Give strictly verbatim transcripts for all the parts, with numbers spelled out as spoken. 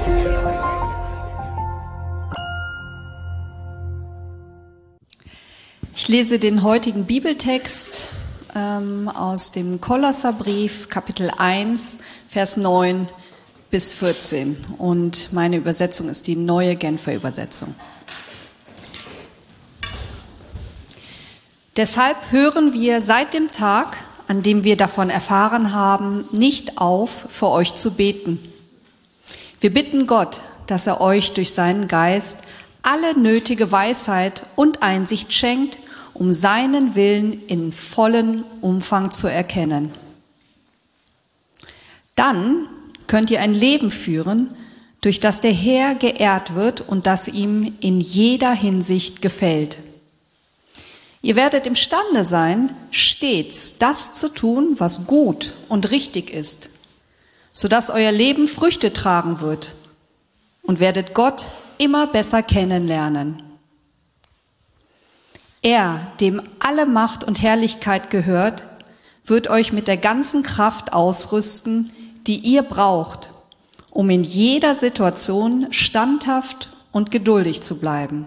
Ich lese den heutigen Bibeltext ähm, aus dem Kolosserbrief, Kapitel eins, Vers neun bis vierzehn. Und meine Übersetzung ist die neue Genfer Übersetzung. Deshalb hören wir seit dem Tag, an dem wir davon erfahren haben, nicht auf, für euch zu beten. Wir bitten Gott, dass er euch durch seinen Geist alle nötige Weisheit und Einsicht schenkt, um seinen Willen in vollem Umfang zu erkennen. Dann könnt ihr ein Leben führen, durch das der Herr geehrt wird und das ihm in jeder Hinsicht gefällt. Ihr werdet imstande sein, stets das zu tun, was gut und richtig ist, sodass euer Leben Früchte tragen wird, und werdet Gott immer besser kennenlernen. Er, dem alle Macht und Herrlichkeit gehört, wird euch mit der ganzen Kraft ausrüsten, die ihr braucht, um in jeder Situation standhaft und geduldig zu bleiben.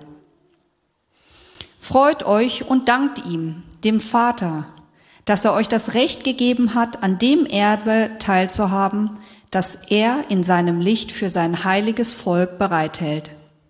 Freut euch und dankt ihm, dem Vater, dass er euch das Recht gegeben hat, an dem Erbe teilzuhaben, das er in seinem Licht für sein heiliges Volk bereithält.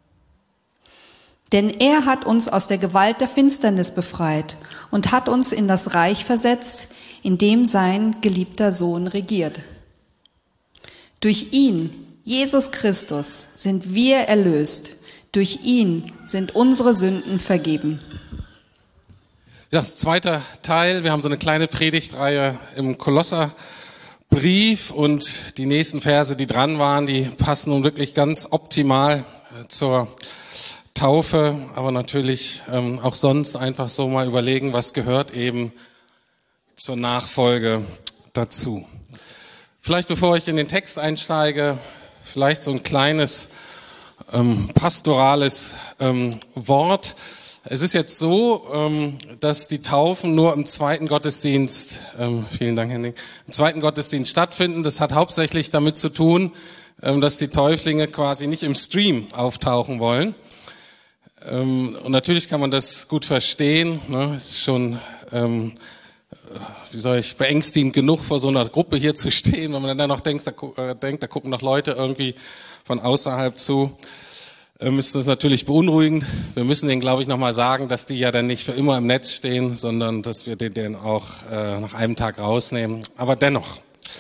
Denn er hat uns aus der Gewalt der Finsternis befreit und hat uns in das Reich versetzt, in dem sein geliebter Sohn regiert. Durch ihn, Jesus Christus, sind wir erlöst. Durch ihn sind unsere Sünden vergeben. Das zweite Teil, wir haben so eine kleine Predigtreihe im Kolosserbrief und die nächsten Verse, die dran waren, die passen nun wirklich ganz optimal zur Taufe, aber natürlich ähm, auch sonst einfach so mal überlegen, was gehört eben zur Nachfolge dazu. Vielleicht bevor ich in den Text einsteige, vielleicht so ein kleines ähm, pastorales ähm, Wort. Es ist jetzt so, ähm, dass die Taufen nur im zweiten Gottesdienst, ähm, vielen Dank Henning, im zweiten Gottesdienst stattfinden. Das hat hauptsächlich damit zu tun, ähm, dass die Täuflinge quasi nicht im Stream auftauchen wollen. Und natürlich kann man das gut verstehen, ne? Es ist schon, ähm, wie soll ich, beängstigend genug, vor so einer Gruppe hier zu stehen, wenn man dann noch denkt, da, äh, denkt, da gucken noch Leute irgendwie von außerhalb zu, ähm, ist das natürlich beunruhigend. Wir müssen denen, glaube ich, nochmal sagen, dass die ja dann nicht für immer im Netz stehen, sondern dass wir den, den auch äh, nach einem Tag rausnehmen. Aber dennoch.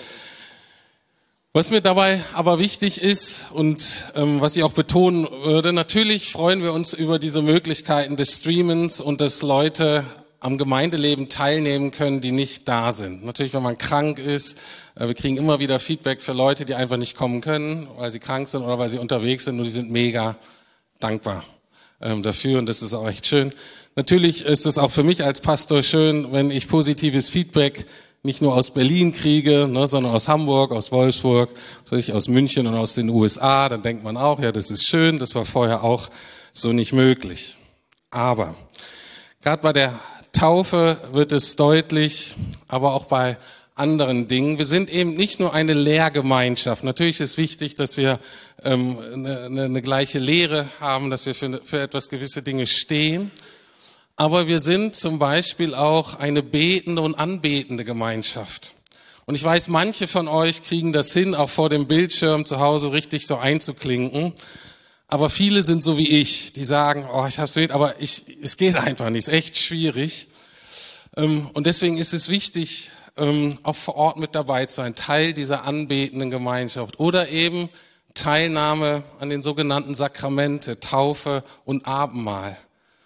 Was mir dabei aber wichtig ist und ähm, was ich auch betonen würde, natürlich freuen wir uns über diese Möglichkeiten des Streamens und dass Leute am Gemeindeleben teilnehmen können, die nicht da sind. Natürlich, wenn man krank ist, äh, wir kriegen immer wieder Feedback für Leute, die einfach nicht kommen können, weil sie krank sind oder weil sie unterwegs sind und die sind mega dankbar ähm, dafür und das ist auch echt schön. Natürlich ist es auch für mich als Pastor schön, wenn ich positives Feedback nicht nur aus Berlin kriege, ne, sondern aus Hamburg, aus Wolfsburg, aus München und aus den U S A. Dann denkt man auch, ja, das ist schön, das war vorher auch so nicht möglich. Aber gerade bei der Taufe wird es deutlich, aber auch bei anderen Dingen. Wir sind eben nicht nur eine Lehrgemeinschaft. Natürlich ist es wichtig, dass wir ähm, eine, eine, eine gleiche Lehre haben, dass wir für, für etwas gewisse Dinge stehen. Aber wir sind zum Beispiel auch eine betende und anbetende Gemeinschaft. Und ich weiß, manche von euch kriegen das hin, auch vor dem Bildschirm zu Hause richtig so einzuklinken. Aber viele sind so wie ich, die sagen, oh, ich hab's mit, aber ich, es geht einfach nicht, ist echt schwierig. Und deswegen ist es wichtig, auch vor Ort mit dabei zu sein, Teil dieser anbetenden Gemeinschaft oder eben Teilnahme an den sogenannten Sakramente, Taufe und Abendmahl.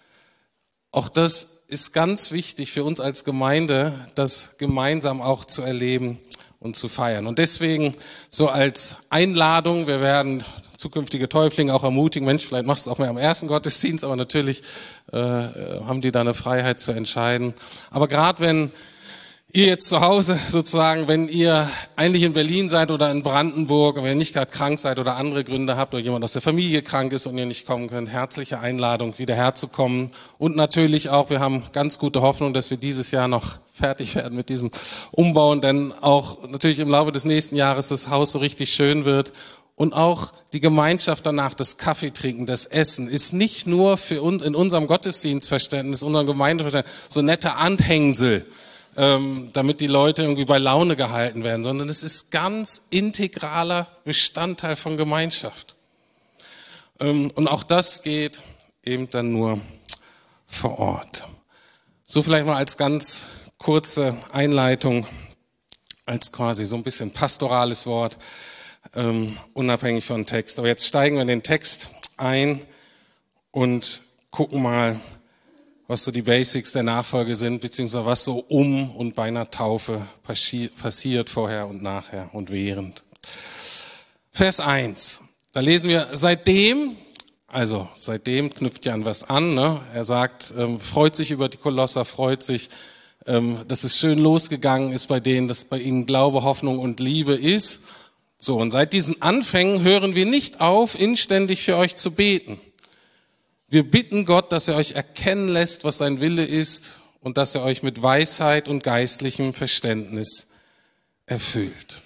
Auch das ist ganz wichtig für uns als Gemeinde, das gemeinsam auch zu erleben und zu feiern. Und deswegen so als Einladung, wir werden zukünftige Täuflinge auch ermutigen, Mensch, vielleicht machst du es auch mehr am ersten Gottesdienst, aber natürlich äh, haben die da eine Freiheit zu entscheiden. Aber gerade wenn ihr jetzt zu Hause sozusagen, wenn ihr eigentlich in Berlin seid oder in Brandenburg, wenn ihr nicht gerade krank seid oder andere Gründe habt oder jemand aus der Familie krank ist und ihr nicht kommen könnt, herzliche Einladung, wieder herzukommen. Und natürlich auch, wir haben ganz gute Hoffnung, dass wir dieses Jahr noch fertig werden mit diesem Umbauen, denn auch natürlich im Laufe des nächsten Jahres das Haus so richtig schön wird Und auch die Gemeinschaft danach, das Kaffee trinken, das Essen, ist nicht nur für uns in unserem Gottesdienstverständnis, unserem Gemeindeverständnis so nette Anhängsel, ähm, damit die Leute irgendwie bei Laune gehalten werden, sondern es ist ganz integraler Bestandteil von Gemeinschaft. Ähm, und auch das geht eben dann nur vor Ort. So vielleicht mal als ganz kurze Einleitung, als quasi so ein bisschen pastorales Wort, ähm, unabhängig von Text. Aber jetzt steigen wir in den Text ein und gucken mal, was so die Basics der Nachfolge sind, beziehungsweise was so um und bei einer Taufe passi- passiert vorher und nachher und während. Vers eins, da lesen wir, seitdem, also seitdem knüpft ja an was an, ne? Er sagt, ähm, freut sich über die Kolosser, freut sich, ähm, dass es schön losgegangen ist bei denen, dass bei ihnen Glaube, Hoffnung und Liebe ist. So, und seit diesen Anfängen hören wir nicht auf, inständig für euch zu beten. Wir bitten Gott, dass er euch erkennen lässt, was sein Wille ist und dass er euch mit Weisheit und geistlichem Verständnis erfüllt.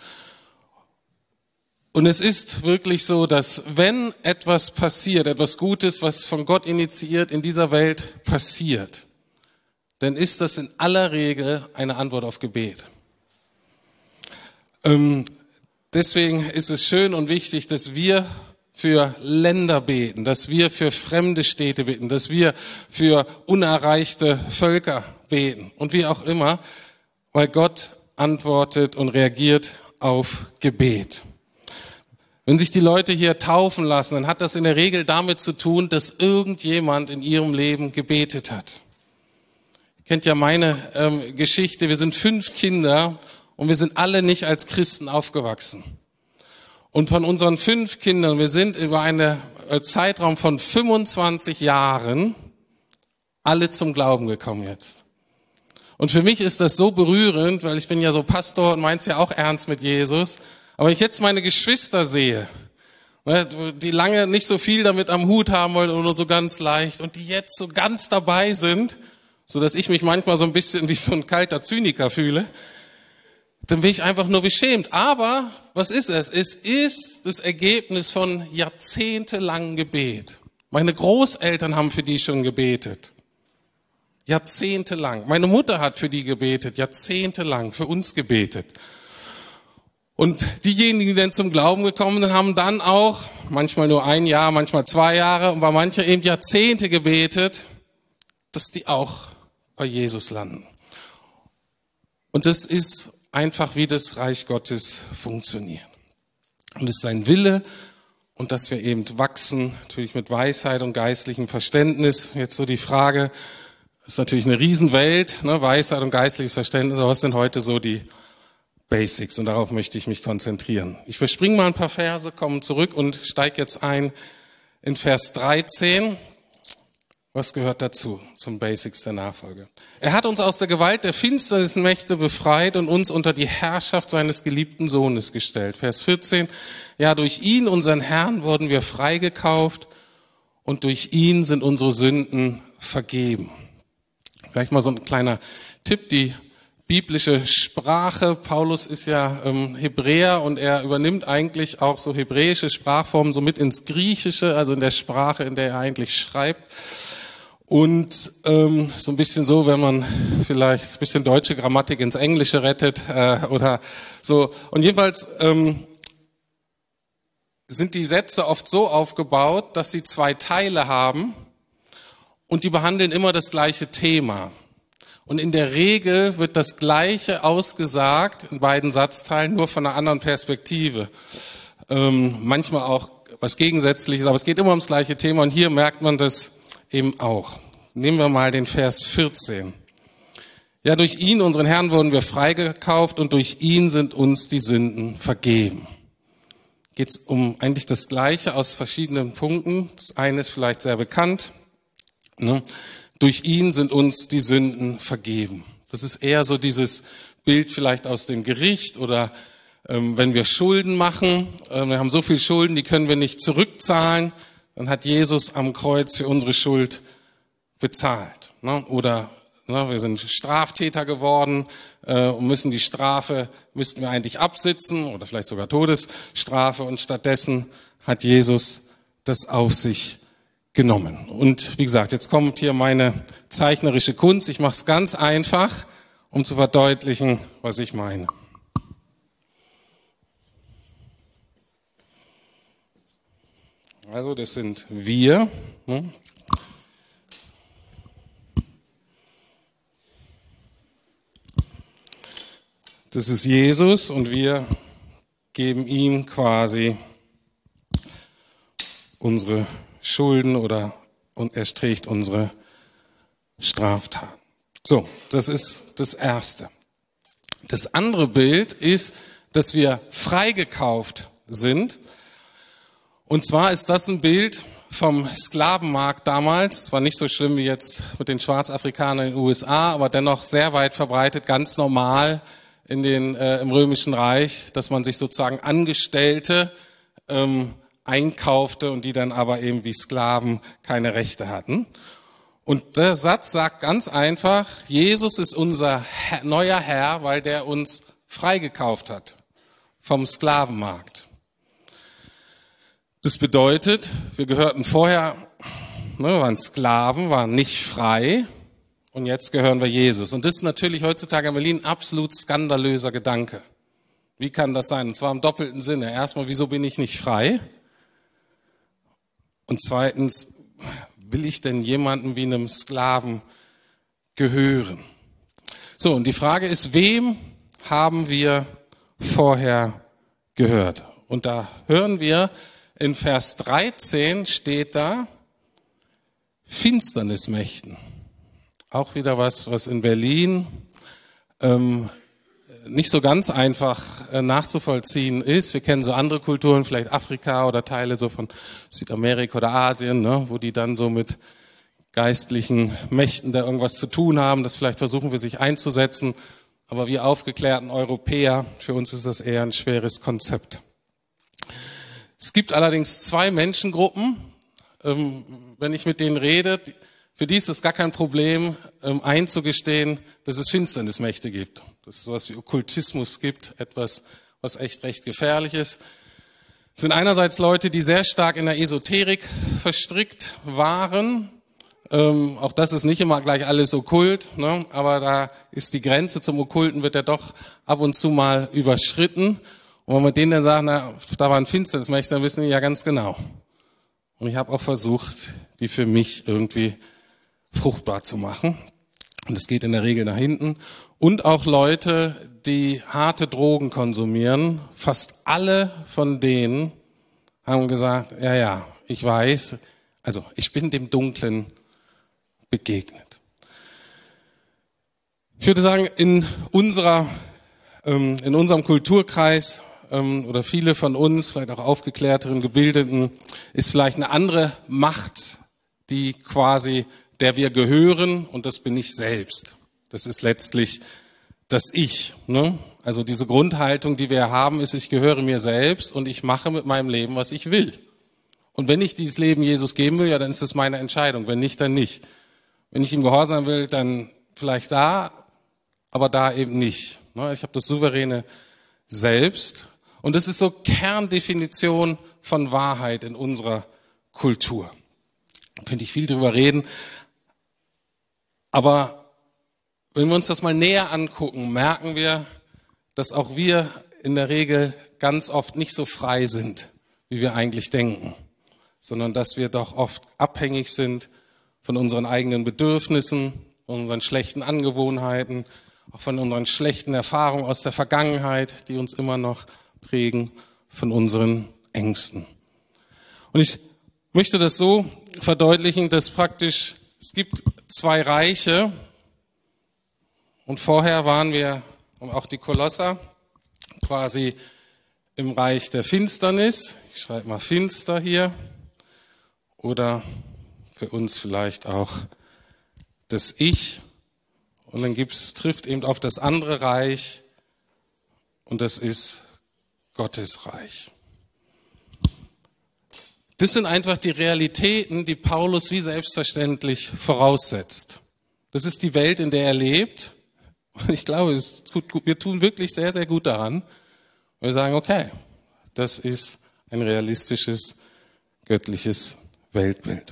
Und es ist wirklich so, dass wenn etwas passiert, etwas Gutes, was von Gott initiiert in dieser Welt passiert, dann ist das in aller Regel eine Antwort auf Gebet. Ähm, deswegen ist es schön und wichtig, dass wir für Länder beten, dass wir für fremde Städte beten, dass wir für unerreichte Völker beten und wie auch immer, weil Gott antwortet und reagiert auf Gebet. Wenn sich die Leute hier taufen lassen, dann hat das in der Regel damit zu tun, dass irgendjemand in ihrem Leben gebetet hat. Ihr kennt ja meine ähm, Geschichte, wir sind fünf Kinder und wir sind alle nicht als Christen aufgewachsen. Und von unseren fünf Kindern, wir sind über einen Zeitraum von fünfundzwanzig Jahren alle zum Glauben gekommen jetzt. Und für mich ist das so berührend, weil ich bin ja so Pastor und meins ja auch ernst mit Jesus. Aber wenn ich jetzt meine Geschwister sehe, die lange nicht so viel damit am Hut haben wollen oder nur so ganz leicht und die jetzt so ganz dabei sind, so dass ich mich manchmal so ein bisschen wie so ein kalter Zyniker fühle, dann bin ich einfach nur beschämt. Aber was ist es? Es ist das Ergebnis von jahrzehntelangem Gebet. Meine Großeltern haben für die schon gebetet. Jahrzehntelang. Meine Mutter hat für die gebetet. Jahrzehntelang für uns gebetet. Und diejenigen, die dann zum Glauben gekommen sind, haben dann auch manchmal nur ein Jahr, manchmal zwei Jahre und bei manchen eben Jahrzehnte gebetet, dass die auch bei Jesus landen. Und das ist einfach, wie das Reich Gottes funktioniert. Und es ist sein Wille und dass wir eben wachsen, natürlich mit Weisheit und geistlichem Verständnis. Jetzt so die Frage, das ist natürlich eine Riesenwelt, ne, Weisheit und geistliches Verständnis, aber was sind heute so die Basics? Und darauf möchte ich mich konzentrieren. Ich verspringe mal ein paar Verse, komme zurück und steige jetzt ein in Vers dreizehn. Was gehört dazu, zum Basics der Nachfolge? Er hat uns aus der Gewalt der finstersten Mächte befreit und uns unter die Herrschaft seines geliebten Sohnes gestellt. Vers vierzehn. Ja, durch ihn, unseren Herrn, wurden wir freigekauft und durch ihn sind unsere Sünden vergeben. Vielleicht mal so ein kleiner Tipp, die biblische Sprache. Paulus ist ja ähm, Hebräer und er übernimmt eigentlich auch so hebräische Sprachformen so mit ins Griechische, also in der Sprache, in der er eigentlich schreibt. Und ähm, so ein bisschen so, wenn man vielleicht ein bisschen deutsche Grammatik ins Englische rettet äh, oder so. Und jedenfalls ähm, sind die Sätze oft so aufgebaut, dass sie zwei Teile haben und die behandeln immer das gleiche Thema. Und in der Regel wird das Gleiche ausgesagt in beiden Satzteilen, nur von einer anderen Perspektive. Ähm, manchmal auch was Gegensätzliches, aber es geht immer ums gleiche Thema und hier merkt man das eben auch. Nehmen wir mal den Vers vierzehn. Ja, durch ihn, unseren Herrn, wurden wir freigekauft und durch ihn sind uns die Sünden vergeben. Geht es um eigentlich das Gleiche aus verschiedenen Punkten. Das eine ist vielleicht sehr bekannt. Ne? Durch ihn sind uns die Sünden vergeben. Das ist eher so dieses Bild vielleicht aus dem Gericht oder ähm, wenn wir Schulden machen. Äh, wir haben so viel Schulden, die können wir nicht zurückzahlen. Dann hat Jesus am Kreuz für unsere Schuld bezahlt. Ne? Oder ne, wir sind Straftäter geworden äh, und müssen die Strafe, müssten wir eigentlich absitzen oder vielleicht sogar Todesstrafe und stattdessen hat Jesus das auf sich genommen. Und wie gesagt, jetzt kommt hier meine zeichnerische Kunst. Ich mache es ganz einfach, um zu verdeutlichen, was ich meine. Also das sind wir. Das ist Jesus und wir geben ihm quasi unsere Schulden oder und er trägt unsere Straftaten. So, das ist das Erste. Das andere Bild ist, dass wir freigekauft sind. Und zwar ist das ein Bild vom Sklavenmarkt damals. Es war nicht so schlimm wie jetzt mit den Schwarzafrikanern in den U S A, aber dennoch sehr weit verbreitet, ganz normal in den, äh, im Römischen Reich, dass man sich sozusagen Angestellte ähm, einkaufte und die dann aber eben wie Sklaven keine Rechte hatten. Und der Satz sagt ganz einfach, Jesus ist unser Herr, neuer Herr, weil der uns freigekauft hat vom Sklavenmarkt. Das bedeutet, wir gehörten vorher, ne, waren Sklaven, waren nicht frei und jetzt gehören wir Jesus. Und das ist natürlich heutzutage in Berlin ein absolut skandalöser Gedanke. Wie kann das sein? Und zwar im doppelten Sinne. Erstmal, wieso bin ich nicht frei? Und zweitens, will ich denn jemandem wie einem Sklaven gehören? So, und die Frage ist, wem haben wir vorher gehört? Und da hören wir, in Vers dreizehn steht da, Finsternismächten. Auch wieder was, was in Berlin ähm, nicht so ganz einfach äh, nachzuvollziehen ist. Wir kennen so andere Kulturen, vielleicht Afrika oder Teile so von Südamerika oder Asien, ne, wo die dann so mit geistlichen Mächten da irgendwas zu tun haben. Das vielleicht versuchen wir sich einzusetzen. Aber wir aufgeklärten Europäer, für uns ist das eher ein schweres Konzept. Es gibt allerdings zwei Menschengruppen, ähm, wenn ich mit denen rede, für die ist es gar kein Problem, ähm, einzugestehen, dass es Finsternismächte gibt. Dass es sowas wie Okkultismus gibt, etwas, was echt recht gefährlich ist. Es sind einerseits Leute, die sehr stark in der Esoterik verstrickt waren. Ähm, auch das ist nicht immer gleich alles okkult, ne? Aber da ist die Grenze zum Okkulten, wird ja doch ab und zu mal überschritten. Und wenn man denen dann sagt, na, da war ein Finsternismächte, dann wissen die ja ganz genau. Und ich habe auch versucht, die für mich irgendwie fruchtbar zu machen. Und es geht in der Regel nach hinten. Und auch Leute, die harte Drogen konsumieren. Fast alle von denen haben gesagt, ja, ja, ich weiß, also ich bin dem Dunklen begegnet. Ich würde sagen, in unserer, ähm, in unserem Kulturkreis ähm, oder viele von uns, vielleicht auch aufgeklärteren, gebildeten, ist vielleicht eine andere Macht, die quasi der wir gehören, und das bin ich selbst. Das ist letztlich das Ich. Ne? Also diese Grundhaltung, die wir haben, ist, ich gehöre mir selbst und ich mache mit meinem Leben, was ich will. Und wenn ich dieses Leben Jesus geben will, ja, dann ist das meine Entscheidung. Wenn nicht, dann nicht. Wenn ich ihm gehorsam will, dann vielleicht da, aber da eben nicht. Ne? Ich habe das souveräne Selbst. Und das ist so Kerndefinition von Wahrheit in unserer Kultur. Da könnte ich viel drüber reden. Aber wenn wir uns das mal näher angucken, merken wir, dass auch wir in der Regel ganz oft nicht so frei sind, wie wir eigentlich denken, sondern dass wir doch oft abhängig sind von unseren eigenen Bedürfnissen, von unseren schlechten Angewohnheiten, auch von unseren schlechten Erfahrungen aus der Vergangenheit, die uns immer noch prägen, von unseren Ängsten. Und ich möchte das so verdeutlichen, dass praktisch es gibt zwei Reiche und vorher waren wir, und auch die Kolosser, quasi im Reich der Finsternis. Ich schreibe mal finster hier. Oder für uns vielleicht auch das Ich. Und dann gibt's, trifft eben auf das andere Reich und das ist Gottes Reich. Das sind einfach die Realitäten, die Paulus wie selbstverständlich voraussetzt. Das ist die Welt, in der er lebt. Und ich glaube, es tut gut, wir tun wirklich sehr, sehr gut daran. Wir sagen, okay, das ist ein realistisches, göttliches Weltbild.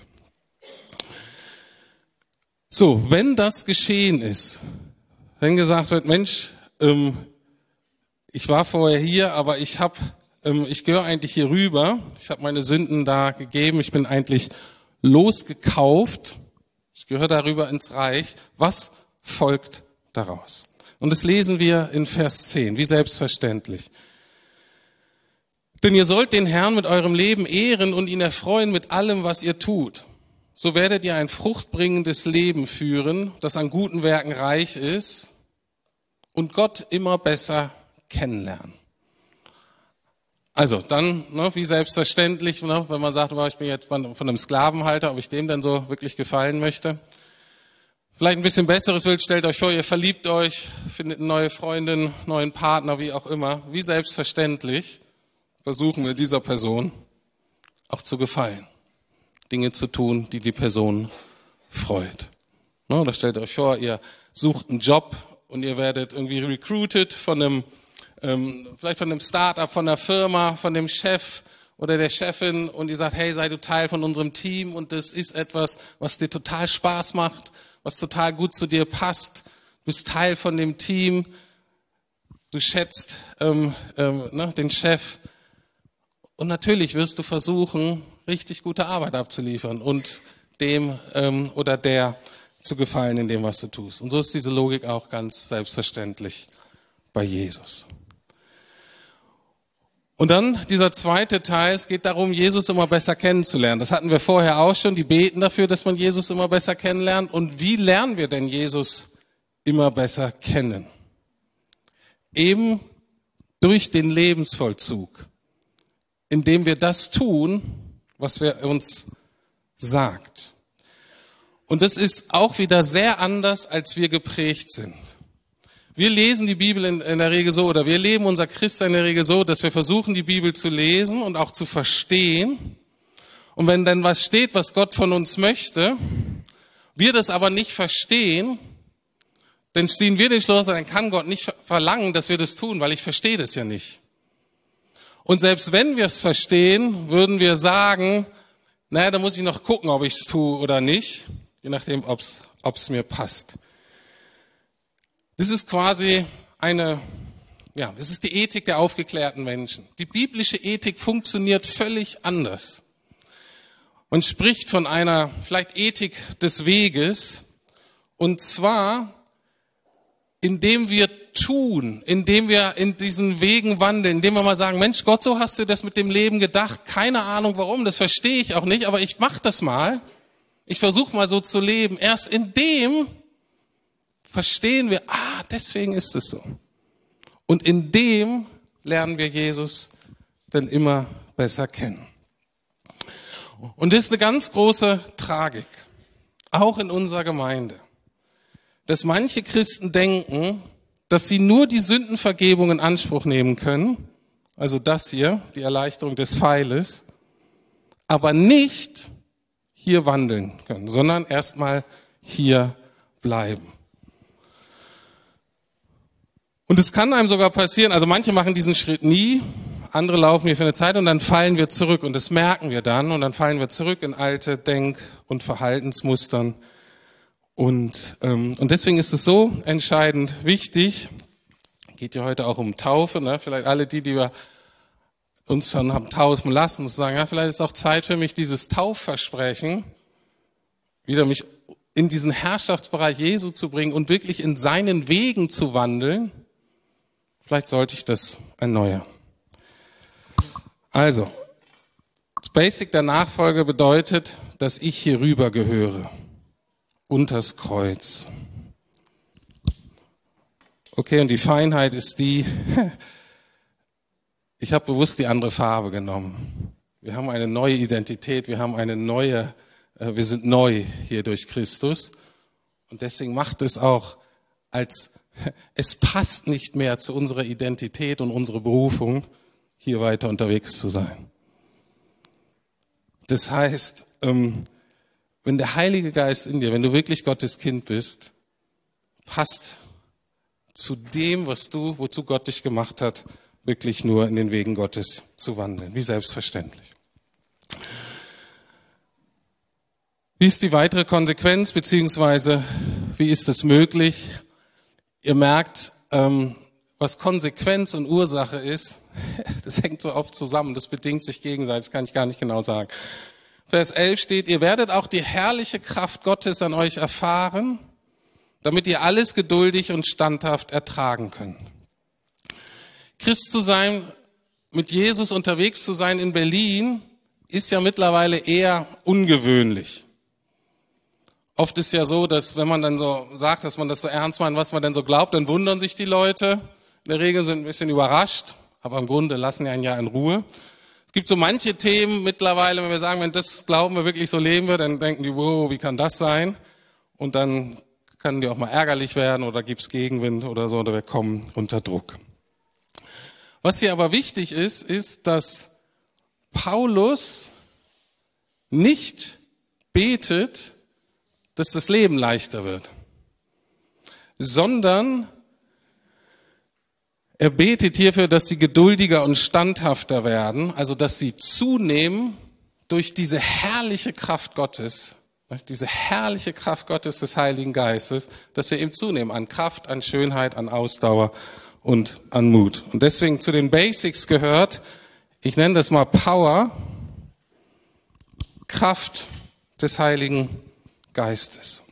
So, wenn das geschehen ist, wenn gesagt wird, Mensch, ähm, ich war vorher hier, aber ich hab, ähm, ich gehöre eigentlich hier rüber, ich habe meine Sünden da gegeben, ich bin eigentlich losgekauft, ich gehöre darüber ins Reich. Was folgt daraus? Und das lesen wir in Vers zehn, wie selbstverständlich. Denn ihr sollt den Herrn mit eurem Leben ehren und ihn erfreuen mit allem, was ihr tut. So werdet ihr ein fruchtbringendes Leben führen, das an guten Werken reich ist und Gott immer besser kennenlernen. Also dann, ne, wie selbstverständlich, ne, wenn man sagt, ich bin jetzt von, von einem Sklavenhalter, ob ich dem denn so wirklich gefallen möchte. Vielleicht ein bisschen besseres Bild, stellt euch vor, ihr verliebt euch, findet eine neue Freundin, neuen Partner, wie auch immer. Wie selbstverständlich versuchen wir dieser Person auch zu gefallen. Dinge zu tun, die die Person freut. Ne, da stellt euch vor, ihr sucht einen Job und ihr werdet irgendwie recruited von einem, ähm, vielleicht von einem Start-up, von einer Firma, von dem Chef oder der Chefin und ihr sagt, hey, sei du Teil von unserem Team und das ist etwas, was dir total Spaß macht, was total gut zu dir passt. Du bist Teil von dem Team, du schätzt ähm, ähm, ne, den Chef und natürlich wirst du versuchen, richtig gute Arbeit abzuliefern und dem ähm, oder der zu gefallen in dem, was du tust. Und so ist diese Logik auch ganz selbstverständlich bei Jesus. Und dann dieser zweite Teil, es geht darum, Jesus immer besser kennenzulernen. Das hatten wir vorher auch schon, die beten dafür, dass man Jesus immer besser kennenlernt. Und wie lernen wir denn Jesus immer besser kennen? Eben durch den Lebensvollzug, indem wir das tun, was er uns sagt. Und das ist auch wieder sehr anders, als wir geprägt sind. Wir lesen die Bibel in, in der Regel so, oder wir leben unser Christsein in der Regel so, dass wir versuchen, die Bibel zu lesen und auch zu verstehen. Und wenn dann was steht, was Gott von uns möchte, wir das aber nicht verstehen, dann ziehen wir den Schluss, dann kann Gott nicht verlangen, dass wir das tun, weil ich verstehe das ja nicht. Und selbst wenn wir es verstehen, würden wir sagen, naja, da muss ich noch gucken, ob ich es tue oder nicht, je nachdem, ob es mir passt. Das ist quasi eine, ja, das ist die Ethik der aufgeklärten Menschen. Die biblische Ethik funktioniert völlig anders. Man spricht von einer vielleicht Ethik des Weges, und zwar, indem wir tun, indem wir in diesen Wegen wandeln, indem wir mal sagen, Mensch, Gott, so hast du das mit dem Leben gedacht, keine Ahnung warum, das verstehe ich auch nicht, aber ich mache das mal, ich versuche mal so zu leben. Erst in dem verstehen wir, ah, deswegen ist es so. Und in dem lernen wir Jesus dann immer besser kennen. Und das ist eine ganz große Tragik, auch in unserer Gemeinde, dass manche Christen denken, dass sie nur die Sündenvergebung in Anspruch nehmen können, also das hier, die Erleichterung des Pfeiles, aber nicht hier wandeln können, sondern erstmal hier bleiben. Und es kann einem sogar passieren, also manche machen diesen Schritt nie, andere laufen hier für eine Zeit und dann fallen wir zurück und das merken wir dann und dann fallen wir zurück in alte Denk- und Verhaltensmustern. Und, ähm, und deswegen ist es so entscheidend wichtig, geht ja heute auch um Taufe, ne? Vielleicht alle die, die wir uns schon haben taufen lassen, sagen, ja, vielleicht ist auch Zeit für mich, dieses Taufversprechen wieder mich in diesen Herrschaftsbereich Jesu zu bringen und wirklich in seinen Wegen zu wandeln. Vielleicht sollte ich das erneuern. Also, das Basic der Nachfolge bedeutet, dass ich hier rüber gehöre. Unters Kreuz. Okay, und die Feinheit ist die, ich habe bewusst die andere Farbe genommen. Wir haben eine neue Identität, wir haben eine neue, äh, wir sind neu hier durch Christus. Und deswegen macht es auch als, es passt nicht mehr zu unserer Identität und unserer Berufung, hier weiter unterwegs zu sein. Das heißt, ähm, wenn der Heilige Geist in dir, wenn du wirklich Gottes Kind bist, passt zu dem, was du, wozu Gott dich gemacht hat, wirklich nur in den Wegen Gottes zu wandeln, wie selbstverständlich. Wie ist die weitere Konsequenz, beziehungsweise wie ist es möglich? Ihr merkt, ähm, was Konsequenz und Ursache ist, das hängt so oft zusammen, das bedingt sich gegenseitig, das kann ich gar nicht genau sagen. Vers elf steht, ihr werdet auch die herrliche Kraft Gottes an euch erfahren, damit ihr alles geduldig und standhaft ertragen könnt. Christ zu sein, mit Jesus unterwegs zu sein in Berlin, ist ja mittlerweile eher ungewöhnlich. Oft ist ja so, dass wenn man dann so sagt, dass man das so ernst meint, was man denn so glaubt, dann wundern sich die Leute. In der Regel sind ein bisschen überrascht, aber im Grunde lassen ja einen ja in Ruhe. Es gibt so manche Themen mittlerweile, wenn wir sagen, wenn das glauben wir wirklich so leben wir, dann denken die, wow, wie kann das sein? Und dann kann die auch mal ärgerlich werden oder gibt's Gegenwind oder so, oder wir kommen unter Druck. Was hier aber wichtig ist, ist, dass Paulus nicht betet, dass das Leben leichter wird, sondern er betet hierfür, dass sie geduldiger und standhafter werden, also dass sie zunehmen durch diese herrliche Kraft Gottes, diese herrliche Kraft Gottes des Heiligen Geistes, dass wir ihm zunehmen an Kraft, an Schönheit, an Ausdauer und an Mut. Und deswegen zu den Basics gehört, ich nenne das mal Power, Kraft des Heiligen Geistes.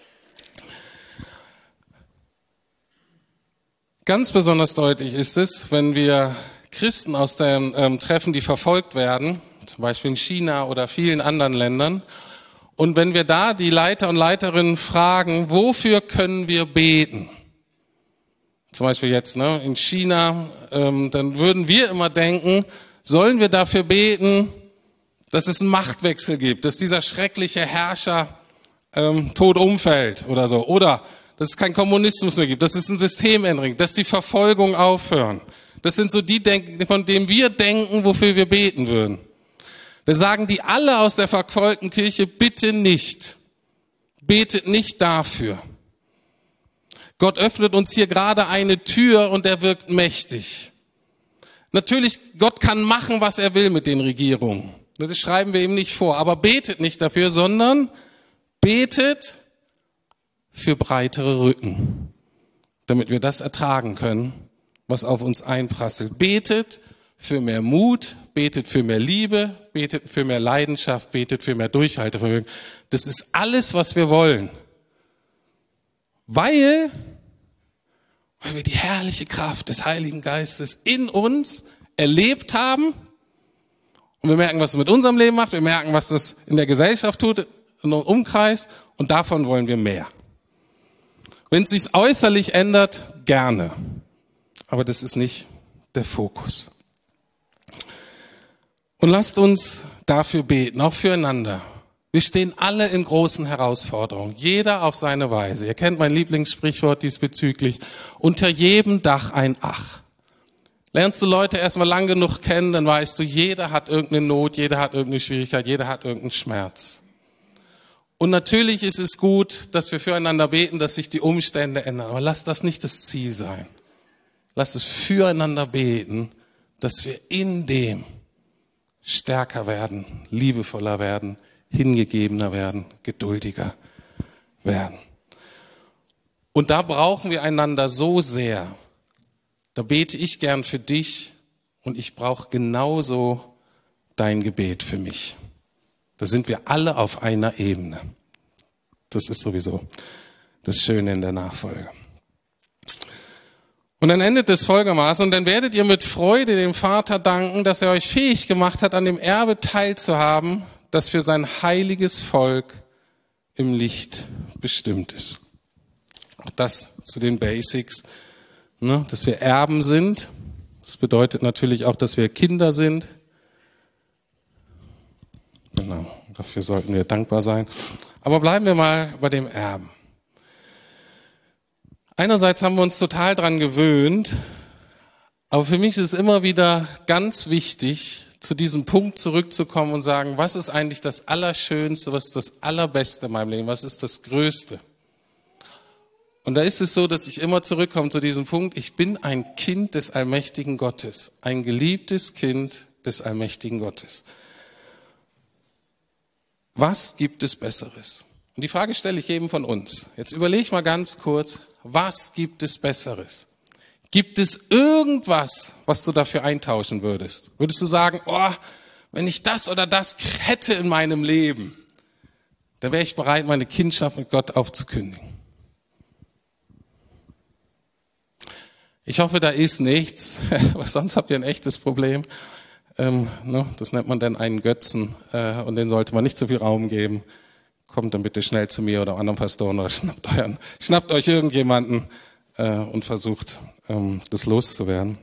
Ganz besonders deutlich ist es, wenn wir Christen aus den ähm, treffen, die verfolgt werden, zum Beispiel in China oder vielen anderen Ländern, und wenn wir da die Leiter und Leiterinnen fragen, wofür können wir beten? Zum Beispiel jetzt ne, in China, ähm, dann würden wir immer denken, sollen wir dafür beten, dass es einen Machtwechsel gibt, dass dieser schreckliche Herrscher ähm, tot umfällt oder so, oder dass es keinen Kommunismus mehr gibt, dass es ein Systemänderung gibt, dass die Verfolgung aufhören. Das sind so die, von denen wir denken, wofür wir beten würden. Wir sagen die alle aus der verfolgten Kirche, bitte nicht. Betet nicht dafür. Gott öffnet uns hier gerade eine Tür und er wirkt mächtig. Natürlich, Gott kann machen, was er will mit den Regierungen. Das schreiben wir ihm nicht vor. Aber betet nicht dafür, sondern betet für breitere Rücken, damit wir das ertragen können, was auf uns einprasselt. Betet für mehr Mut, betet für mehr Liebe, betet für mehr Leidenschaft, betet für mehr Durchhaltevermögen. Das ist alles, was wir wollen. Weil, weil wir die herrliche Kraft des Heiligen Geistes in uns erlebt haben und wir merken, was es mit unserem Leben macht, wir merken, was das in der Gesellschaft tut, in unserem Umkreis und davon wollen wir mehr. Wenn es sich äußerlich ändert, gerne. Aber das ist nicht der Fokus. Und lasst uns dafür beten, auch füreinander. Wir stehen alle in großen Herausforderungen, jeder auf seine Weise. Ihr kennt mein Lieblingssprichwort diesbezüglich. Unter jedem Dach ein Ach. Lernst du Leute erstmal lang genug kennen, dann weißt du, jeder hat irgendeine Not, jeder hat irgendeine Schwierigkeit, jeder hat irgendeinen Schmerz. Und natürlich ist es gut, dass wir füreinander beten, dass sich die Umstände ändern. Aber lass das nicht das Ziel sein. Lass es füreinander beten, dass wir in dem stärker werden, liebevoller werden, hingegebener werden, geduldiger werden. Und da brauchen wir einander so sehr. Da bete ich gern für dich und ich brauche genauso dein Gebet für mich. Da sind wir alle auf einer Ebene. Das ist sowieso das Schöne in der Nachfolge. Und dann endet es folgendermaßen, und dann werdet ihr mit Freude dem Vater danken, dass er euch fähig gemacht hat, an dem Erbe teilzuhaben, das für sein heiliges Volk im Licht bestimmt ist. Auch das zu den Basics, ne, dass wir Erben sind. Das bedeutet natürlich auch, dass wir Kinder sind. Genau, dafür sollten wir dankbar sein. Aber bleiben wir mal bei dem Erben. Einerseits haben wir uns total dran gewöhnt, aber für mich ist es immer wieder ganz wichtig, zu diesem Punkt zurückzukommen und sagen, was ist eigentlich das Allerschönste, was ist das Allerbeste in meinem Leben, was ist das Größte? Und da ist es so, dass ich immer zurückkomme zu diesem Punkt, ich bin ein Kind des allmächtigen Gottes, ein geliebtes Kind des allmächtigen Gottes. Was gibt es Besseres? Und die Frage stelle ich jedem von uns. Jetzt überleg mal ganz kurz, was gibt es Besseres? Gibt es irgendwas, was du dafür eintauschen würdest? Würdest du sagen, oh, wenn ich das oder das hätte in meinem Leben, dann wäre ich bereit, meine Kindschaft mit Gott aufzukündigen. Ich hoffe, da ist nichts, weil sonst habt ihr ein echtes Problem. Ähm, ne, das nennt man dann einen Götzen äh, und den sollte man nicht so viel Raum geben. Kommt dann bitte schnell zu mir oder anderen Pastoren oder schnappt, euren, schnappt euch irgendjemanden äh, und versucht, ähm, das loszuwerden.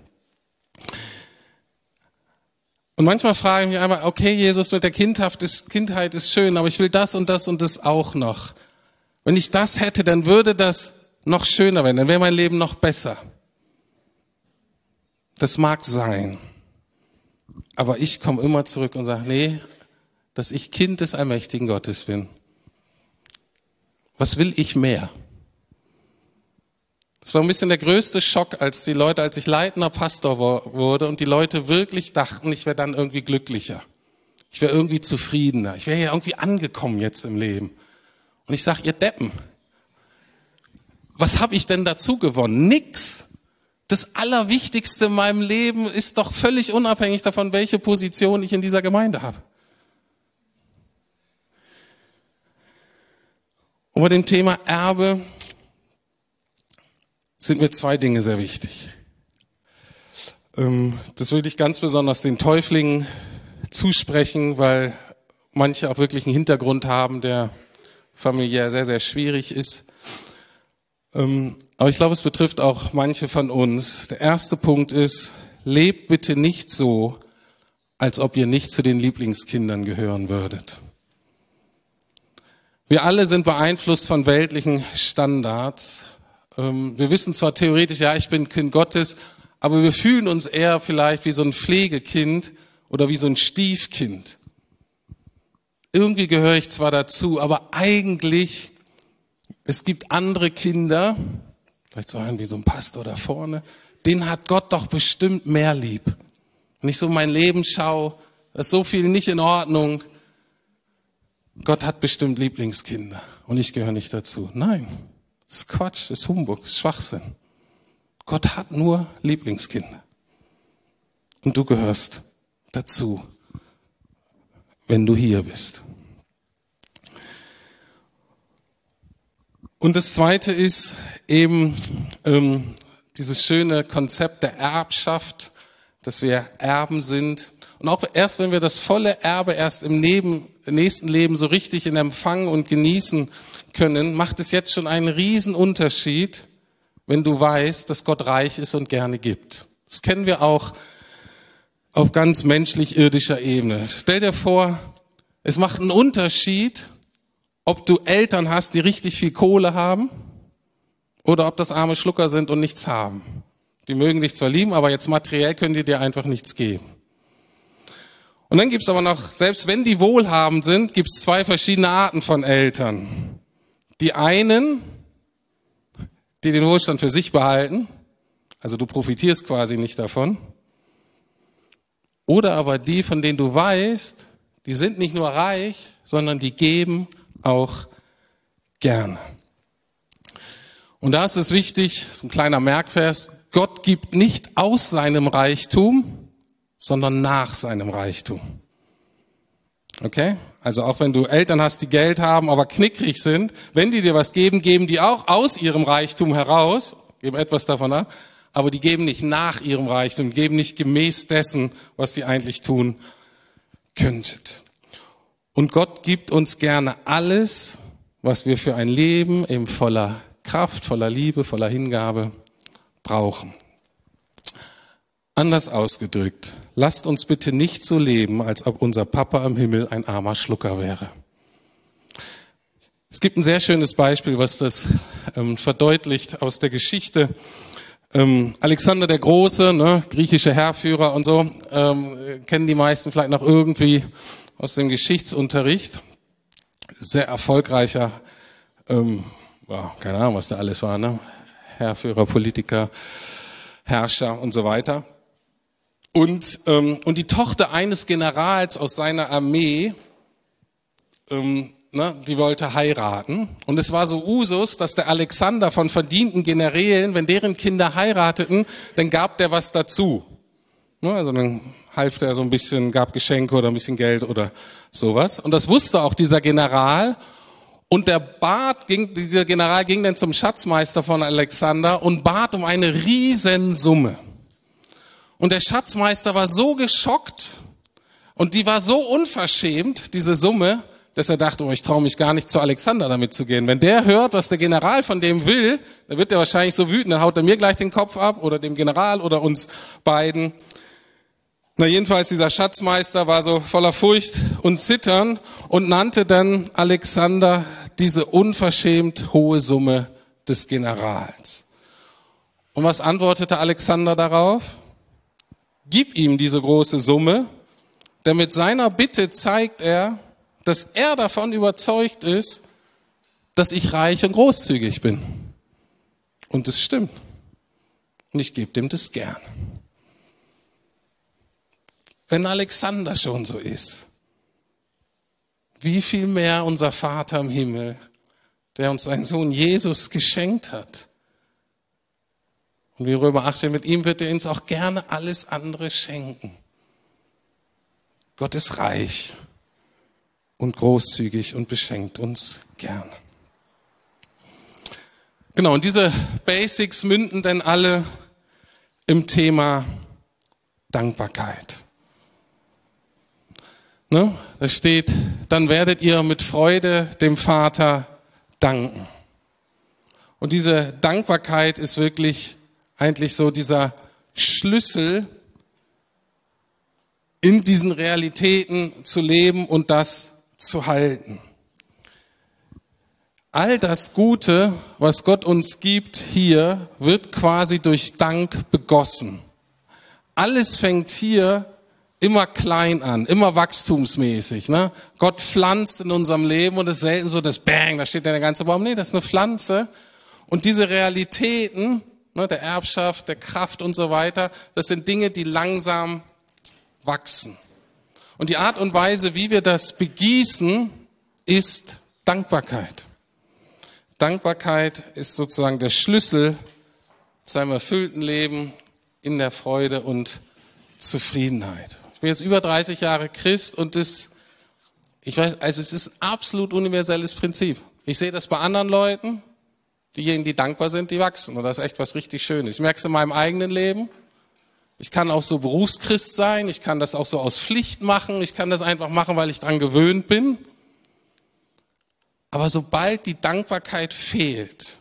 Und manchmal frage ich mich einmal, okay, Jesus, mit der Kindheit ist, Kindheit ist schön, aber ich will das und das und das auch noch. Wenn ich das hätte, dann würde das noch schöner werden, dann wäre mein Leben noch besser. Das mag sein, aber ich komme immer zurück und sage, nee, dass ich Kind des allmächtigen Gottes bin. Was will ich mehr? Das war ein bisschen der größte Schock, als die Leute, als ich leitender Pastor wurde und die Leute wirklich dachten, ich wäre dann irgendwie glücklicher. Ich wäre irgendwie zufriedener. Ich wäre ja irgendwie angekommen jetzt im Leben. Und ich sage, ihr Deppen, was habe ich denn dazu gewonnen? Nix. Das Allerwichtigste in meinem Leben ist doch völlig unabhängig davon, welche Position ich in dieser Gemeinde habe. Und bei dem Thema Erbe sind mir zwei Dinge sehr wichtig. Das würde ich ganz besonders den Täuflingen zusprechen, weil manche auch wirklich einen Hintergrund haben, der familiär sehr, sehr schwierig ist. Aber ich glaube, es betrifft auch manche von uns. Der erste Punkt ist, lebt bitte nicht so, als ob ihr nicht zu den Lieblingskindern gehören würdet. Wir alle sind beeinflusst von weltlichen Standards. Wir wissen zwar theoretisch, ja, ich bin Kind Gottes, aber wir fühlen uns eher vielleicht wie so ein Pflegekind oder wie so ein Stiefkind. Irgendwie gehöre ich zwar dazu, aber eigentlich, es gibt andere Kinder, vielleicht so einen wie so ein Pastor da vorne, den hat Gott doch bestimmt mehr lieb. Wenn ich so mein Leben schaue, da ist so viel nicht in Ordnung. Gott hat bestimmt Lieblingskinder und ich gehöre nicht dazu. Nein, das ist Quatsch, das ist Humbug, das ist Schwachsinn. Gott hat nur Lieblingskinder. Und du gehörst dazu, wenn du hier bist. Und das Zweite ist eben ähm, dieses schöne Konzept der Erbschaft, dass wir Erben sind. Und auch erst, wenn wir das volle Erbe erst im Leben, nächsten Leben so richtig in Empfang und genießen können, macht es jetzt schon einen riesen Unterschied, wenn du weißt, dass Gott reich ist und gerne gibt. Das kennen wir auch auf ganz menschlich-irdischer Ebene. Stell dir vor, es macht einen Unterschied, ob du Eltern hast, die richtig viel Kohle haben, oder ob das arme Schlucker sind und nichts haben. Die mögen dich zwar lieben, aber jetzt materiell können die dir einfach nichts geben. Und dann gibt's aber noch, selbst wenn die wohlhabend sind, gibt's zwei verschiedene Arten von Eltern. Die einen, die den Wohlstand für sich behalten, also du profitierst quasi nicht davon. Oder aber die, von denen du weißt, die sind nicht nur reich, sondern die geben auch gerne. Und da ist es wichtig, so ein kleiner Merkvers, Gott gibt nicht aus seinem Reichtum, sondern nach seinem Reichtum. Okay? Also auch wenn du Eltern hast, die Geld haben, aber knickrig sind, wenn die dir was geben, geben die auch aus ihrem Reichtum heraus, geben etwas davon ab, aber die geben nicht nach ihrem Reichtum, geben nicht gemäß dessen, was sie eigentlich tun könnten. Und Gott gibt uns gerne alles, was wir für ein Leben eben voller Kraft, voller Liebe, voller Hingabe brauchen. Anders ausgedrückt, lasst uns bitte nicht so leben, als ob unser Papa im Himmel ein armer Schlucker wäre. Es gibt ein sehr schönes Beispiel, was das ähm, verdeutlicht aus der Geschichte. Ähm, Alexander der Große, ne, griechische Heerführer und so, ähm, kennen die meisten vielleicht noch irgendwie aus dem Geschichtsunterricht. Sehr erfolgreicher ähm, wow, keine Ahnung, was da alles war, ne? Heerführer, Politiker, Herrscher und so weiter. Und, ähm, und die Tochter eines Generals aus seiner Armee, ähm, ne, die wollte heiraten. Und es war so Usus, dass der Alexander von verdienten Generälen, wenn deren Kinder heirateten, dann gab der was dazu. Ne, also dann half der so ein bisschen, gab Geschenke oder ein bisschen Geld oder sowas. Und das wusste auch dieser General. Und der bat, ging, dieser General ging dann zum Schatzmeister von Alexander und bat um eine Riesensumme. Und der Schatzmeister war so geschockt und die war so unverschämt, diese Summe, dass er dachte, oh, ich traue mich gar nicht zu Alexander damit zu gehen. Wenn der hört, was der General von dem will, dann wird er wahrscheinlich so wütend, dann haut er mir gleich den Kopf ab oder dem General oder uns beiden. Na jedenfalls, dieser Schatzmeister war so voller Furcht und Zittern und nannte dann Alexander diese unverschämt hohe Summe des Generals. Und was antwortete Alexander darauf? Gib ihm diese große Summe, denn mit seiner Bitte zeigt er, dass er davon überzeugt ist, dass ich reich und großzügig bin. Und das stimmt. Und ich gebe dem das gern. Wenn Alexander schon so ist, wie viel mehr unser Vater im Himmel, der uns seinen Sohn Jesus geschenkt hat. Und wie Römer acht steht, mit ihm wird er uns auch gerne alles andere schenken. Gott ist reich und großzügig und beschenkt uns gerne. Genau, und diese Basics münden denn alle im Thema Dankbarkeit. Ne? Da steht, dann werdet ihr mit Freude dem Vater danken. Und diese Dankbarkeit ist wirklich eigentlich so dieser Schlüssel, in diesen Realitäten zu leben und das zu halten. All das Gute, was Gott uns gibt hier, wird quasi durch Dank begossen. Alles fängt hier immer klein an, immer wachstumsmäßig. Ne? Gott pflanzt in unserem Leben und es ist selten so, dass Bang, da steht der ganze Baum. Nee, das ist eine Pflanze. Und diese Realitäten, ne, der Erbschaft, der Kraft und so weiter, das sind Dinge, die langsam wachsen. Und die Art und Weise, wie wir das begießen, ist Dankbarkeit. Dankbarkeit ist sozusagen der Schlüssel zu einem erfüllten Leben in der Freude und Zufriedenheit. Ich bin jetzt über dreißig Jahre Christ und das, ich weiß, also es ist ein absolut universelles Prinzip. Ich sehe das bei anderen Leuten, diejenigen, die dankbar sind, die wachsen. Und das ist echt was richtig Schönes. Ich merke es in meinem eigenen Leben. Ich kann auch so Berufschrist sein. Ich kann das auch so aus Pflicht machen. Ich kann das einfach machen, weil ich dran gewöhnt bin. Aber sobald die Dankbarkeit fehlt,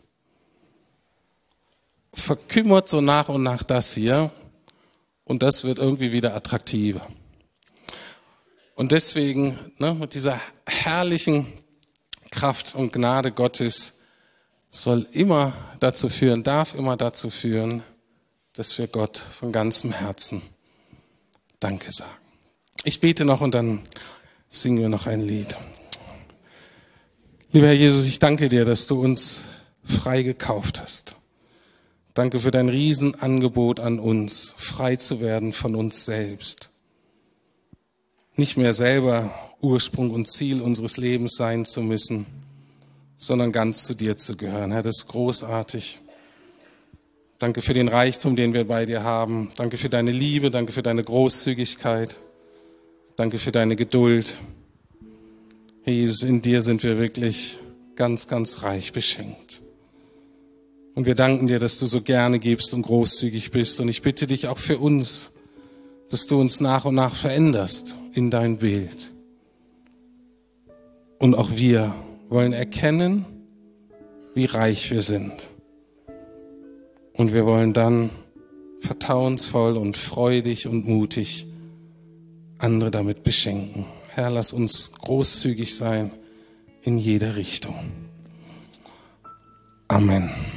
verkümmert so nach und nach das hier. Und das wird irgendwie wieder attraktiver. Und deswegen, ne, mit dieser herrlichen Kraft und Gnade Gottes soll immer dazu führen, darf immer dazu führen, dass wir Gott von ganzem Herzen Danke sagen. Ich bete noch und dann singen wir noch ein Lied. Lieber Herr Jesus, ich danke dir, dass du uns frei gekauft hast. Danke für dein Riesenangebot an uns, frei zu werden von uns selbst. Nicht mehr selber Ursprung und Ziel unseres Lebens sein zu müssen, sondern ganz zu dir zu gehören. Herr, das ist großartig. Danke für den Reichtum, den wir bei dir haben. Danke für deine Liebe, danke für deine Großzügigkeit. Danke für deine Geduld. Herr Jesus, in dir sind wir wirklich ganz, ganz reich beschenkt. Und wir danken dir, dass du so gerne gibst und großzügig bist. Und ich bitte dich auch für uns, dass du uns nach und nach veränderst in dein Bild. Und auch wir wollen erkennen, wie reich wir sind. Und wir wollen dann vertrauensvoll und freudig und mutig andere damit beschenken. Herr, lass uns großzügig sein in jeder Richtung. Amen.